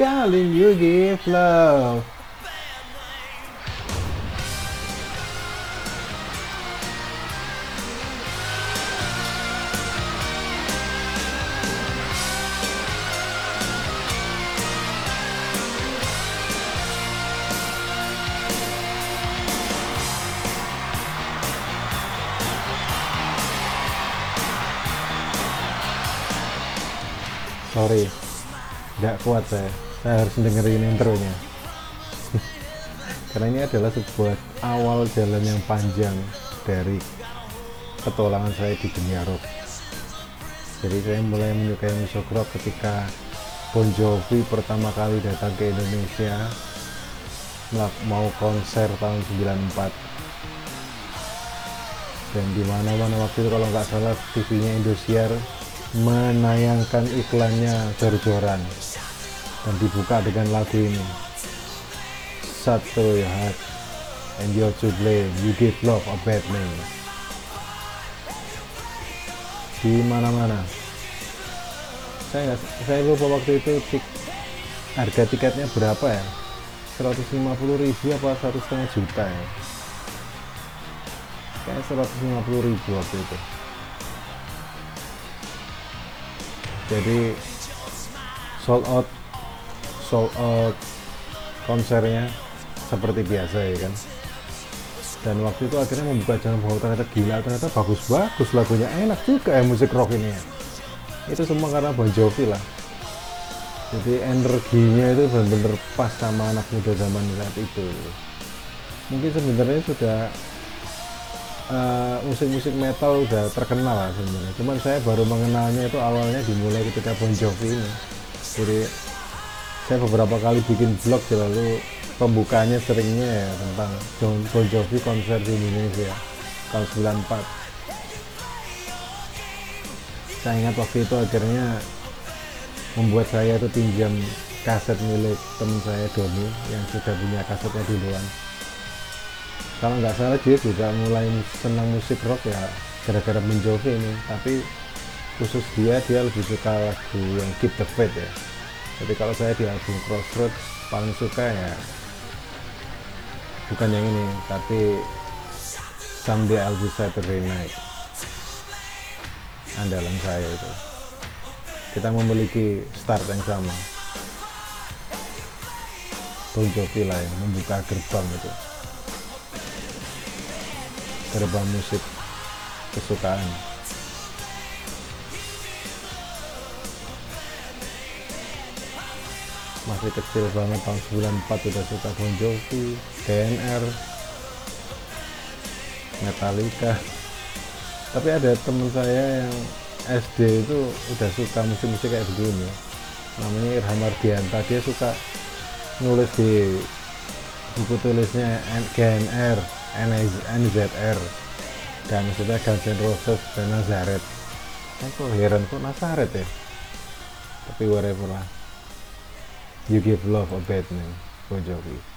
Calling you give love. Sorry, nggak kuat saya harus dengerin intronya. Karena ini adalah sebuah awal jalan yang panjang dari petualangan saya di dunia rock. Jadi saya mulai menyukai musik rock ketika Bon Jovi pertama kali datang ke Indonesia mau konser tahun 94. Dan di mana-mana waktu itu kalau nggak salah TV-nya Indosiar menayangkan iklannya jor-joran dan dibuka dengan lagu ini, Shut Through Your Heart and You're to Blame, You Give Love a Bad Name. Di mana-mana. Saya lupa waktu itu harga tiketnya berapa ya, 150.000 apa 1,5 juta ya, kayak 150.000 waktu itu. Jadi sold out konsernya seperti biasa ya kan. Dan waktu itu akhirnya membuka jalan bahwa ternyata bagus lagunya, enak juga ya musik rock ini ya. Itu semua karena Bon Jovi lah. Jadi energinya itu benar-benar pas sama anak muda zaman saat itu. Mungkin sebenarnya sudah musik-musik metal udah terkenal lah sebenarnya. Cuman saya baru mengenalnya itu awalnya dimulai ketika Bon Jovi ini. Jadi saya beberapa kali bikin vlog, lalu pembukaannya seringnya ya tentang Bon Jovi konser di Indonesia tahun 94. Saya ingat waktu itu akhirnya membuat saya itu pinjam kaset milik teman saya Doni yang sudah punya kasetnya duluan. Kalau nggak salah dia juga mulai senang musik rock ya gara-gara Bon Jovi ini, tapi khusus dia lebih suka lagu yang Keep the Faith ya. Jadi kalau saya di album Crossroads paling suka ya bukan yang ini, tapi Someday I'll Be Saturday Night, andalan saya itu. Kita memiliki start yang sama, Bon Jovi lah yang membuka gerbang itu, gerbang musik kesukaan. Masih kecil banget tahun 94 udah suka Bon Jovi, DNR, Metallica. Tapi ada teman saya yang SD itu udah suka musik-musik kayak begini, namanya Irham Ardianta. Dia suka nulis di buku tulisnya GNR, NZR, dan maksudnya Guns N' Roses dan Nazareth. Kok heran kok Nazareth ya, tapi whatever lah. You Give Love a Bad Name, Bon Jovi.